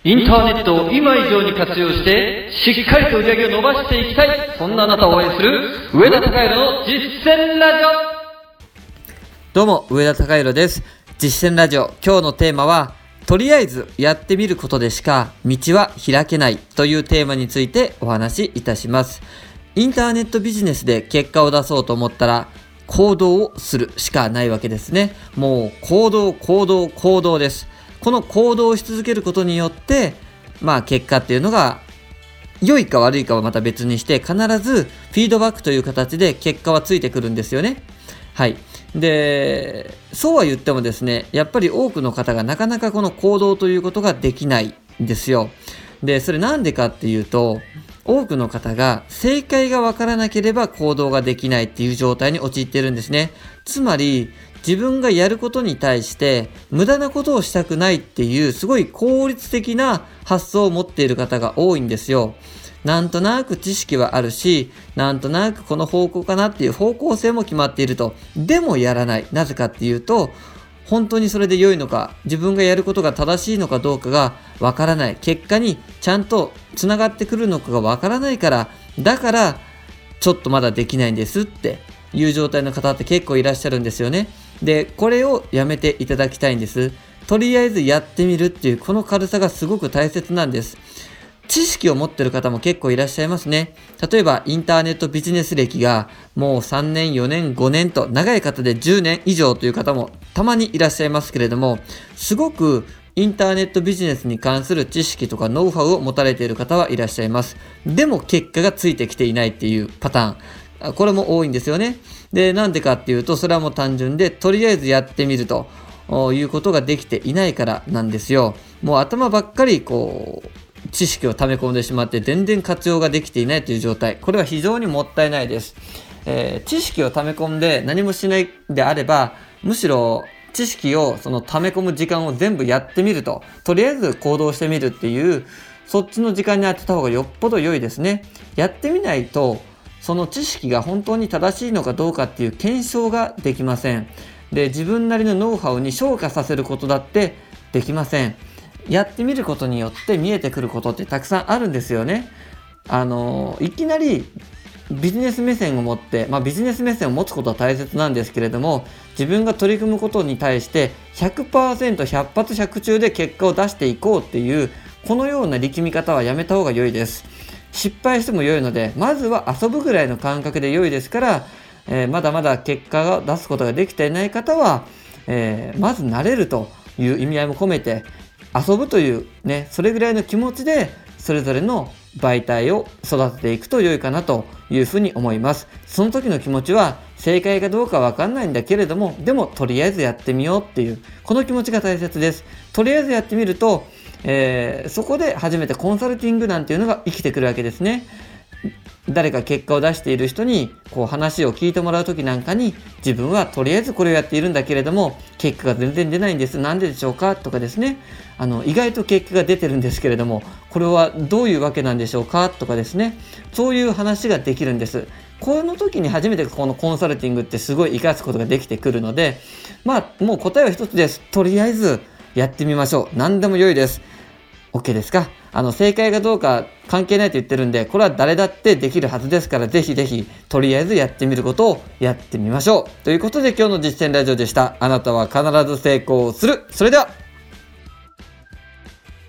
インターネットを今以上に活用して、しっかりと売り上げを伸ばしていきたい、そんなあなたを応援する、上田隆弘の実践ラジオ。 どうも、上田隆弘です。実践ラジオ、今日のテーマは、とりあえずやってみることでしか道は開けないというテーマについてお話しいたします。インターネットビジネスで結果を出そうと思ったら、行動をするしかないわけですね。もう行動です。この行動をし続けることによって、結果っていうのが良いか悪いかはまた別にして、必ずフィードバックという形で結果はついてくるんですよね。はい。で、そうは言ってもですね、やっぱり多くの方がなかなかこの行動ということができないんですよ。で、それなんでかっていうと、多くの方が正解がわからなければ行動ができないっていう状態に陥っているんですね。つまり、自分がやることに対して無駄なことをしたくないっていうすごい効率的な発想を持っている方が多いんですよ。なんとなく知識はあるし、なんとなくこの方向かなっていう方向性も決まっていると。でもやらない。なぜかっていうと、本当にそれで良いのか、自分がやることが正しいのかどうかがわからない。結果にちゃんとつながってくるのかがわからないから、だからちょっとまだできないんですっていう状態の方って結構いらっしゃるんですよね。で、これをやめていただきたいんです。とりあえずやってみるっていうこの軽さがすごく大切なんです。知識を持っている方も結構いらっしゃいますね。例えばインターネットビジネス歴がもう3年、4年、5年と長い方で10年以上という方もたまにいらっしゃいますけれども、すごくインターネットビジネスに関する知識とかノウハウを持たれている方はいらっしゃいます。でも結果がついてきていないっていうパターン。これも多いんですよね。で、なんでかっていうと、それはもう単純で、とりあえずやってみるということができていないからなんですよ。もう頭ばっかり知識を溜め込んでしまって全然活用ができていないという状態。これは非常にもったいないです。知識を溜め込んで何もしないであれば、むしろ知識を溜め込む時間を全部やってみると、とりあえず行動してみるっていう、そっちの時間に当てた方がよっぽど良いですね。やってみないと、その知識が本当に正しいのかどうかっていう検証ができません。で、自分なりのノウハウに昇華させることだってできません。やってみることによって見えてくることってたくさんあるんですよね。いきなりビジネス目線を持って、ビジネス目線を持つことは大切なんですけれども、自分が取り組むことに対して 100%、100発100中で結果を出していこうっていう、このような力み方はやめた方が良いです。失敗しても良いので、まずは遊ぶぐらいの感覚で良いですから、まだまだ結果を出すことができていない方は、まず慣れるという意味合いも込めて、遊ぶというね、それぐらいの気持ちでそれぞれの媒体を育てていくと良いかなというふうに思います。その時の気持ちは正解かどうかわかんないんだけれども、でもとりあえずやってみようっていうこの気持ちが大切です。とりあえずやってみると、そこで初めてコンサルティングなんていうのが生きてくるわけですね。誰か結果を出している人に話を聞いてもらう時なんかに、自分はとりあえずこれをやっているんだけれども結果が全然出ないんです、なんででしょうかとかですね、意外と結果が出てるんですけれどもこれはどういうわけなんでしょうかとかですね、そういう話ができるんです。この時に初めてこのコンサルティングってすごい活かすことができてくるので、もう答えは一つです。とりあえずやってみましょう。何でも良いです。 OK ですか？正解がどうか関係ないと言ってるんで、これは誰だってできるはずですから、ぜひぜひとりあえずやってみることをやってみましょうということで、今日の実践ラジオでした。あなたは必ず成功する。それでは。